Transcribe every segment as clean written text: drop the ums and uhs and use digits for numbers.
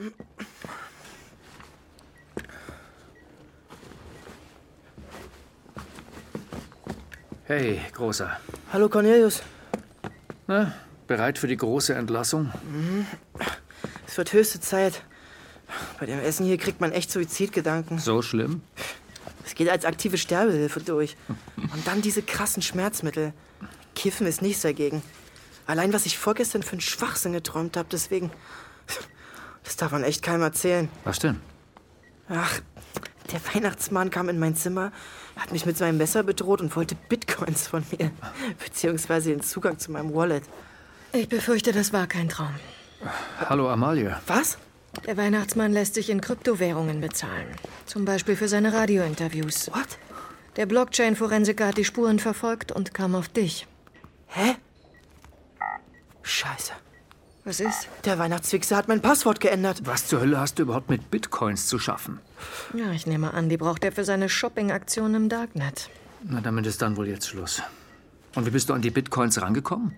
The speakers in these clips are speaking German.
Hey, Großer. Hallo, Cornelius. Na, bereit für die große Entlassung? Es wird höchste Zeit. Bei dem Essen hier kriegt man echt Suizidgedanken. So schlimm? Es geht als aktive Sterbehilfe durch. Und dann diese krassen Schmerzmittel. Kiffen ist nichts dagegen. Allein, was ich vorgestern für einen Schwachsinn geträumt habe, deswegen... Das darf man echt keinem erzählen. Was denn? Ach, der Weihnachtsmann kam in mein Zimmer, hat mich mit seinem Messer bedroht und wollte Bitcoins von mir. Beziehungsweise den Zugang zu meinem Wallet. Ich befürchte, das war kein Traum. Hallo, Amalie. Was? Der Weihnachtsmann lässt sich in Kryptowährungen bezahlen. Zum Beispiel für seine Radiointerviews. What? Der Blockchain-Forensiker hat die Spuren verfolgt und kam auf dich. Hä? Scheiße. Was ist? Der Weihnachtswichser hat mein Passwort geändert. Was zur Hölle hast du überhaupt mit Bitcoins zu schaffen? Ja, ich nehme an, die braucht er für seine Shopping-Aktion im Darknet. Na, damit ist dann wohl jetzt Schluss. Und wie bist du an die Bitcoins rangekommen?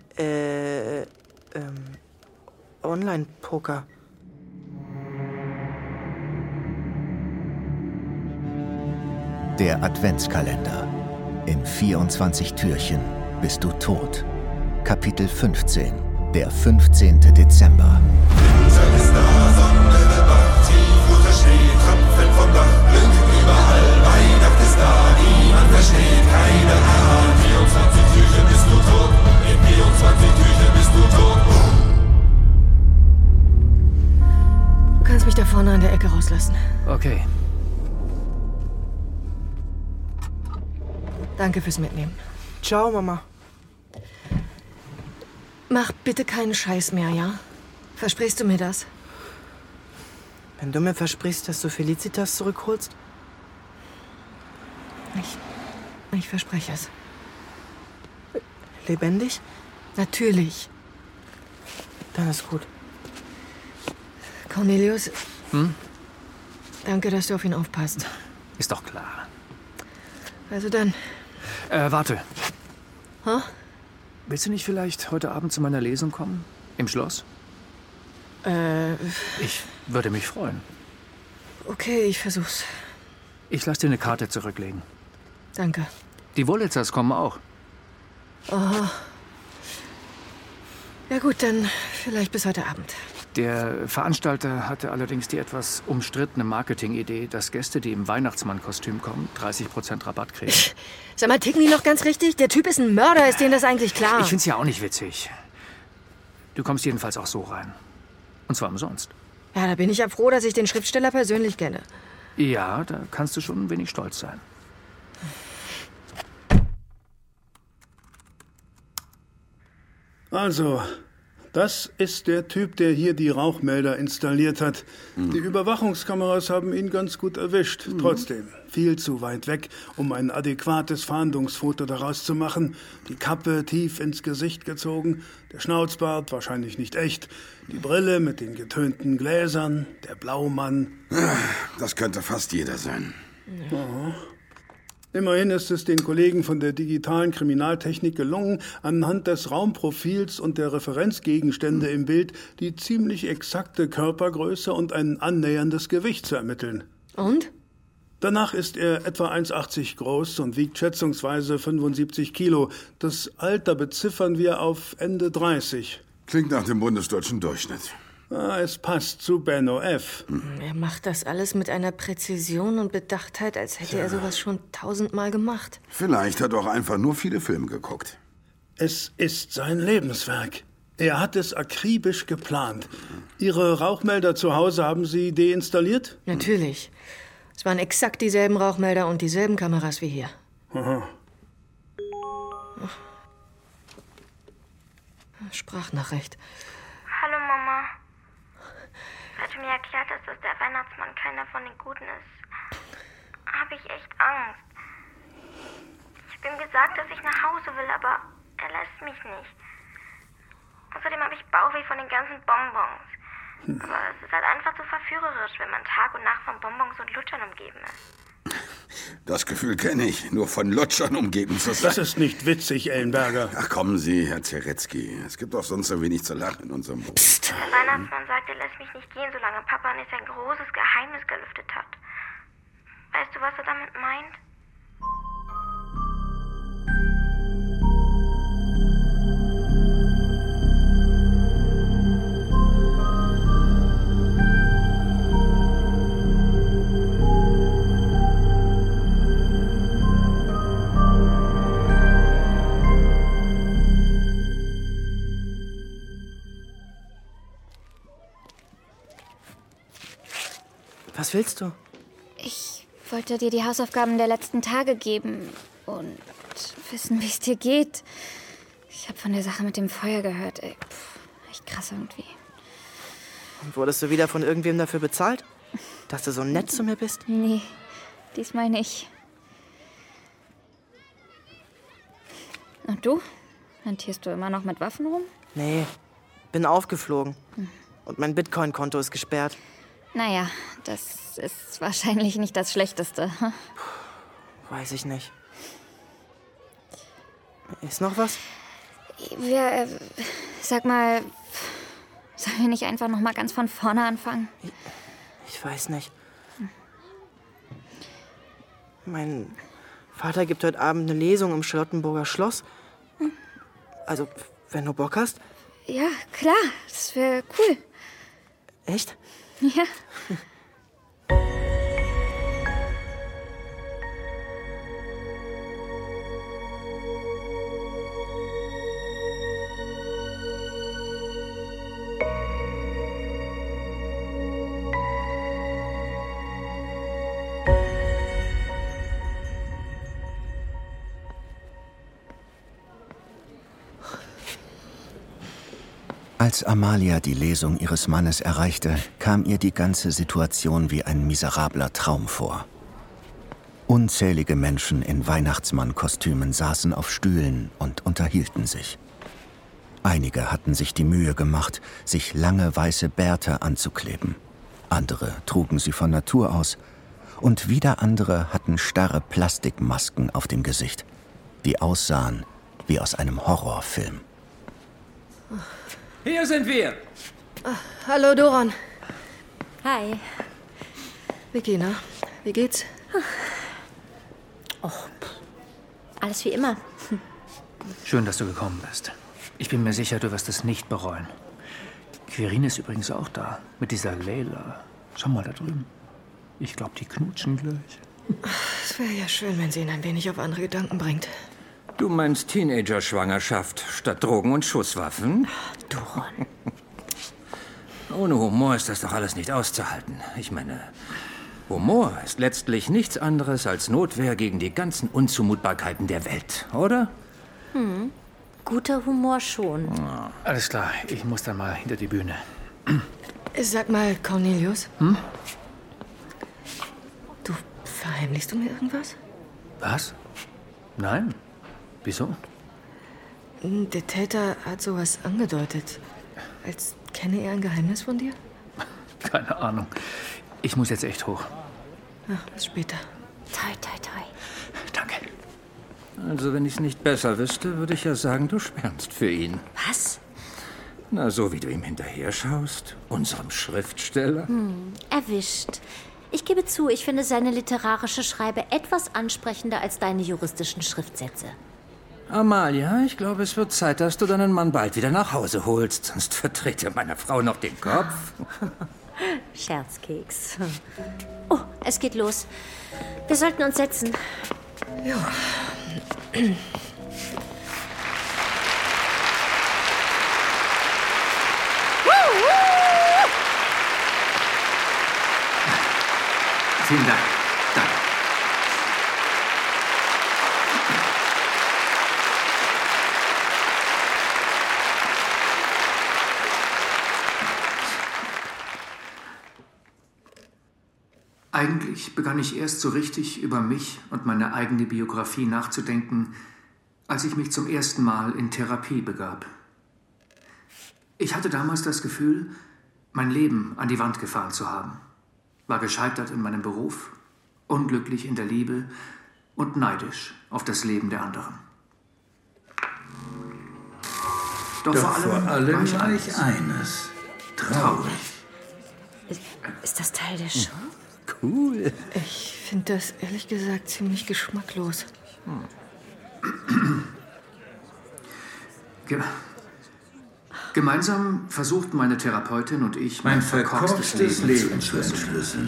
Online-Poker. Der Adventskalender. In 24 Türchen bist du tot. Kapitel 15. Der 15. Dezember. Winter ist da, Sonne wird wach, tiefroter Schnee, Tröpfelt vom Dach, blinkt überall, Weihnacht ist da, niemand versteht, keiner ahnt. 24 Türchen bist du tot, in 24 Türchen bist du tot. Du kannst mich da vorne an der Ecke rauslassen. Okay. Danke fürs Mitnehmen. Ciao, Mama. Mach bitte keinen Scheiß mehr, ja? Versprichst du mir das? Wenn du mir versprichst, dass du Felicitas zurückholst? Ich verspreche es. Lebendig? Natürlich. Dann ist gut. Cornelius. Danke, dass du auf ihn aufpasst. Ist doch klar. Also dann. Warte. Hä? Willst du nicht vielleicht heute Abend zu meiner Lesung kommen? Im Schloss? Ich würde mich freuen. Okay, ich versuch's. Ich lasse dir eine Karte zurücklegen. Danke. Die Wolitzers kommen auch. Oh. Ja gut, dann vielleicht bis heute Abend. Der Veranstalter hatte allerdings die etwas umstrittene Marketingidee, dass Gäste, die im Weihnachtsmann-Kostüm kommen, 30% Rabatt kriegen. Sag mal, ticken die noch ganz richtig? Der Typ ist ein Mörder, ist denen das eigentlich klar? Ich find's ja auch nicht witzig. Du kommst jedenfalls auch so rein. Und zwar umsonst. Ja, da bin ich ja froh, dass ich den Schriftsteller persönlich kenne. Ja, da kannst du schon ein wenig stolz sein. Also, das ist der Typ, der hier die Rauchmelder installiert hat. Die Überwachungskameras haben ihn ganz gut erwischt. Trotzdem, viel zu weit weg, um ein adäquates Fahndungsfoto daraus zu machen. Die Kappe tief ins Gesicht gezogen, der Schnauzbart wahrscheinlich nicht echt, die Brille mit den getönten Gläsern, der Blaumann. Das könnte fast jeder sein. Oh. Immerhin ist es den Kollegen von der digitalen Kriminaltechnik gelungen, anhand des Raumprofils und der Referenzgegenstände im Bild die ziemlich exakte Körpergröße und ein annäherndes Gewicht zu ermitteln. Und? Danach ist er etwa 1,80 groß und wiegt schätzungsweise 75 Kilo. Das Alter beziffern wir auf Ende 30. Klingt nach dem bundesdeutschen Durchschnitt. Es passt zu Benno F. Er macht das alles mit einer Präzision und Bedachtheit, als hätte er sowas schon 1000-mal gemacht. Vielleicht hat er auch einfach nur viele Filme geguckt. Es ist sein Lebenswerk. Er hat es akribisch geplant. Ihre Rauchmelder zu Hause haben Sie deinstalliert? Natürlich. Es waren exakt dieselben Rauchmelder und dieselben Kameras wie hier. Aha. Sprachnachricht. Hallo Mama. Seit du mir erklärt hast, dass der Weihnachtsmann keiner von den Guten ist, habe ich echt Angst. Ich habe ihm gesagt, dass ich nach Hause will, aber er lässt mich nicht. Außerdem habe ich Bauchweh von den ganzen Bonbons. Aber es ist halt einfach so verführerisch, wenn man Tag und Nacht von Bonbons und Lutschern umgeben ist. Das Gefühl kenne ich, nur von Lutschern umgeben zu sein. Das ist nicht witzig, Ellenberger. Ach, kommen Sie, Herr Zeretzky. Es gibt doch sonst so wenig zu lachen in unserem Beruf. Der Weihnachtsmann sagt, er lässt mich nicht gehen, solange Papa nicht sein großes Geheimnis gelüftet hat. Weißt du, was er damit meint? Was willst du? Ich wollte dir die Hausaufgaben der letzten Tage geben und wissen, wie es dir geht. Ich habe von der Sache mit dem Feuer gehört. Ey, echt krass irgendwie. Und wurdest du wieder von irgendwem dafür bezahlt? Dass du so nett zu mir bist? Nee, diesmal nicht. Und du? Hantierst du immer noch mit Waffen rum? Nee, bin aufgeflogen. Und mein Bitcoin-Konto ist gesperrt. Naja, das ist wahrscheinlich nicht das Schlechteste. Weiß ich nicht. Ist noch was? Sag mal, sollen wir nicht einfach noch mal ganz von vorne anfangen? Ich weiß nicht. Mein Vater gibt heute Abend eine Lesung im Charlottenburger Schloss. Also, wenn du Bock hast. Ja, klar, das wäre cool. Echt? Ja. Als Amalia die Lesung ihres Mannes erreichte, kam ihr die ganze Situation wie ein miserabler Traum vor. Unzählige Menschen in Weihnachtsmannkostümen saßen auf Stühlen und unterhielten sich. Einige hatten sich die Mühe gemacht, sich lange weiße Bärte anzukleben. Andere trugen sie von Natur aus. Und wieder andere hatten starre Plastikmasken auf dem Gesicht, die aussahen wie aus einem Horrorfilm. Hier sind wir. Hallo, Doron. Hi. Regina, wie geht's? Och, alles wie immer. Schön, dass du gekommen bist. Ich bin mir sicher, du wirst es nicht bereuen. Quirin ist übrigens auch da, mit dieser Leila. Schau mal da drüben. Ich glaube, die knutschen gleich. Es wäre ja schön, wenn sie ihn ein wenig auf andere Gedanken bringt. Du meinst Teenager-Schwangerschaft statt Drogen und Schusswaffen? Doron. Ohne Humor ist das doch alles nicht auszuhalten. Ich meine, Humor ist letztlich nichts anderes als Notwehr gegen die ganzen Unzumutbarkeiten der Welt, oder? Guter Humor schon. Alles klar, ich muss dann mal hinter die Bühne. Sag mal, Cornelius. Du, verheimlichst du mir irgendwas? Was? Nein. Wieso? Der Täter hat sowas angedeutet. Als kenne er ein Geheimnis von dir? Keine Ahnung. Ich muss jetzt echt hoch. Ja, bis später. Toi, toi, toi. Danke. Also, wenn ich es nicht besser wüsste, würde ich ja sagen, du schwärmst für ihn. Was? Na, so wie du ihm hinterher schaust, unserem Schriftsteller. Erwischt. Ich gebe zu, ich finde seine literarische Schreibe etwas ansprechender als deine juristischen Schriftsätze. Amalia, ich glaube, es wird Zeit, dass du deinen Mann bald wieder nach Hause holst, sonst verdreht er meiner Frau noch den Kopf. Scherzkeks. Oh, es geht los. Wir sollten uns setzen. Ja. Vielen Dank. Danke. Eigentlich begann ich erst so richtig über mich und meine eigene Biografie nachzudenken, als ich mich zum ersten Mal in Therapie begab. Ich hatte damals das Gefühl, mein Leben an die Wand gefahren zu haben, war gescheitert in meinem Beruf unglücklich in der Liebe und neidisch auf das Leben der anderen. Doch vor allem war ich eines: traurig. Ist das Teil der Show? Cool. Ich finde das ehrlich gesagt ziemlich geschmacklos. Gemeinsam versuchten meine Therapeutin und ich, mein verkorkstes Leben zu entschlüsseln.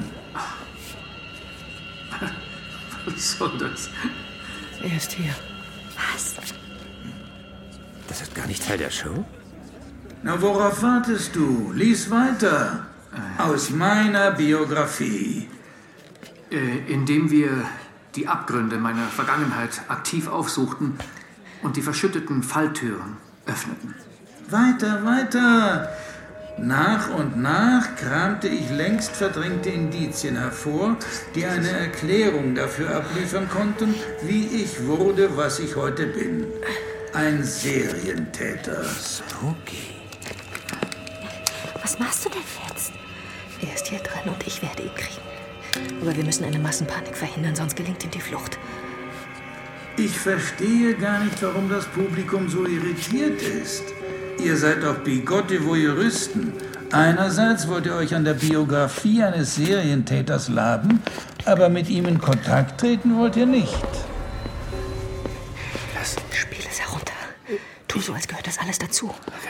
Was soll das? Er ist hier. Was? Das ist gar nicht Teil der Show? Na, worauf wartest du? Lies weiter. Aus meiner Biografie. Indem wir die Abgründe meiner Vergangenheit aktiv aufsuchten und die verschütteten Falltüren öffneten. Weiter, weiter. Nach und nach kramte ich längst verdrängte Indizien hervor, die eine Erklärung dafür abliefern konnten, wie ich wurde, was ich heute bin. Ein Serientäter. Spooky. Was machst du denn jetzt? Er ist hier drin und ich werde ihn kriegen. Aber wir müssen eine Massenpanik verhindern, sonst gelingt ihm die Flucht. Ich verstehe gar nicht, warum das Publikum so irritiert ist. Ihr seid doch bigotte Voyeuristen. Einerseits wollt ihr euch an der Biografie eines Serientäters laben, aber mit ihm in Kontakt treten wollt ihr nicht. Spiel es herunter. Tu so, als gehört das alles dazu.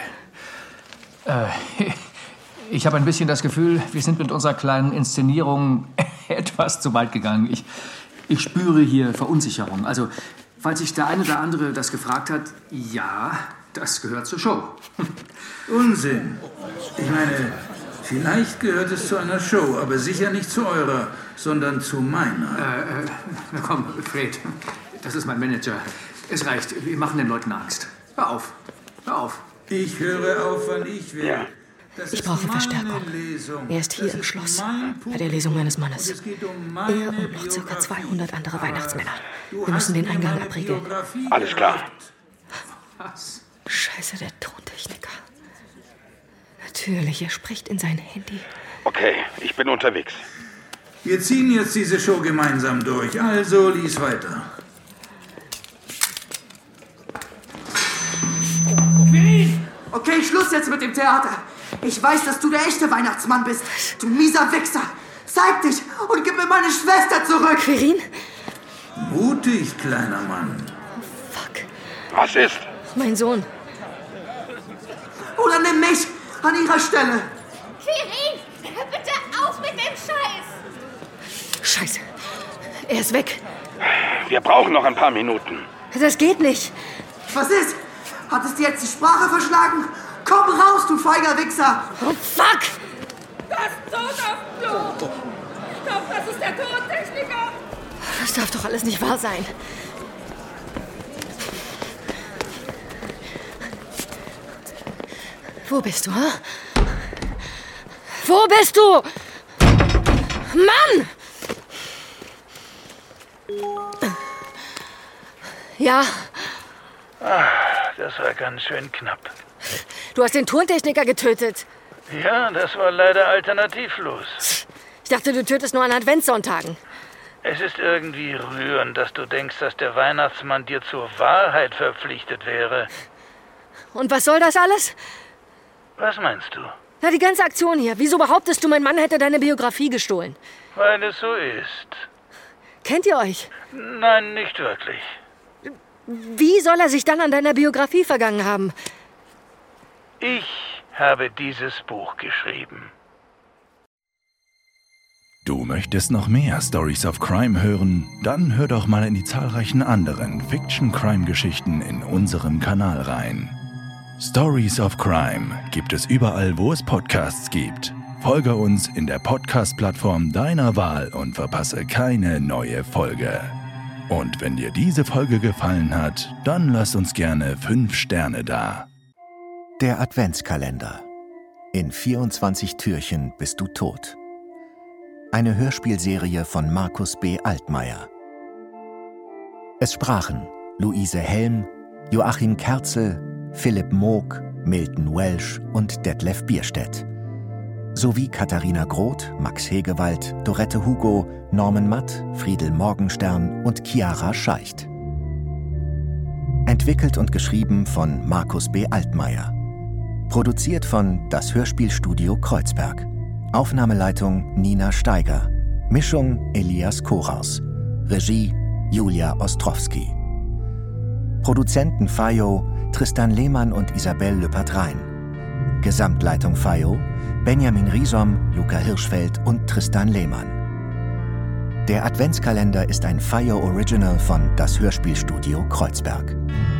Ich habe ein bisschen das Gefühl, wir sind mit unserer kleinen Inszenierung etwas zu weit gegangen. Ich spüre hier Verunsicherung. Also, falls sich der eine oder andere das gefragt hat, ja, das gehört zur Show. Unsinn. Ich meine, vielleicht gehört es zu einer Show, aber sicher nicht zu eurer, sondern zu meiner. Na komm, Fred, das ist mein Manager. Es reicht, wir machen den Leuten Angst. Hör auf, hör auf. Ich höre auf, wann ich will. Ja. Ich brauche Verstärkung. Er ist hier im Schloss, bei der Lesung meines Mannes. Er und noch ca. 200 andere Weihnachtsmänner. Wir müssen den Eingang abriegeln. Alles klar. Was? Scheiße, der Tontechniker. Natürlich, er spricht in sein Handy. Okay, ich bin unterwegs. Wir ziehen jetzt diese Show gemeinsam durch, also lies weiter. Okay, Schluss jetzt mit dem Theater. Ich weiß, dass du der echte Weihnachtsmann bist. Du mieser Wichser. Zeig dich und gib mir meine Schwester zurück. Quirin? Mutig, kleiner Mann. Fuck. Was ist? Mein Sohn. Oder nimm mich an ihrer Stelle. Quirin, hör bitte auf mit dem Scheiß. Scheiße. Er ist weg. Wir brauchen noch ein paar Minuten. Das geht nicht. Was ist? Hat es dir jetzt die Sprache verschlagen? Komm raus, du feiger Wichser! Oh, fuck! Das Tonaufblut! Doch, das ist der Tontechniker! Das darf doch alles nicht wahr sein. Wo bist du, hä? Wo bist du? Mann! Ja? Das war ganz schön knapp. Du hast den Tontechniker getötet. Ja, das war leider alternativlos. Ich dachte, du tötest nur an Adventssonntagen. Es ist irgendwie rührend, dass du denkst, dass der Weihnachtsmann dir zur Wahrheit verpflichtet wäre. Und was soll das alles? Was meinst du? Na, die ganze Aktion hier. Wieso behauptest du, mein Mann hätte deine Biografie gestohlen? Weil es so ist. Kennt ihr euch? Nein, nicht wirklich. Wie soll er sich dann an deiner Biografie vergangen haben? Ich habe dieses Buch geschrieben. Du möchtest noch mehr Stories of Crime hören? Dann hör doch mal in die zahlreichen anderen Fiction-Crime-Geschichten in unserem Kanal rein. Stories of Crime gibt es überall, wo es Podcasts gibt. Folge uns in der Podcast-Plattform deiner Wahl und verpasse keine neue Folge. Und wenn dir diese Folge gefallen hat, dann lass uns gerne 5 Sterne da. Der Adventskalender. In 24 Türchen bist du tot. Eine Hörspielserie von Markus B. Altmaier. Es sprachen Luise Helm, Joachim Kerzel, Philipp Moog, Milton Welsh und Detlef Bierstedt. sowie Katharina Groth, Max Hegewald, Dorette Hugo, Norman Matt, Friedel Morgenstern und Chiara Scheicht. Entwickelt und geschrieben von Markus B. Altmaier. Produziert von Das Hörspielstudio Kreuzberg. Aufnahmeleitung Nina Steiger. Mischung Elias Koraus. Regie Julia Ostrowski. Produzenten FAIO Tristan Lehmann und Isabelle Lüppert-Rhein. Gesamtleitung FAIO Benjamin Riesom, Luca Hirschfeld und Tristan Lehmann. Der Adventskalender ist ein FAIO Original von Das Hörspielstudio Kreuzberg.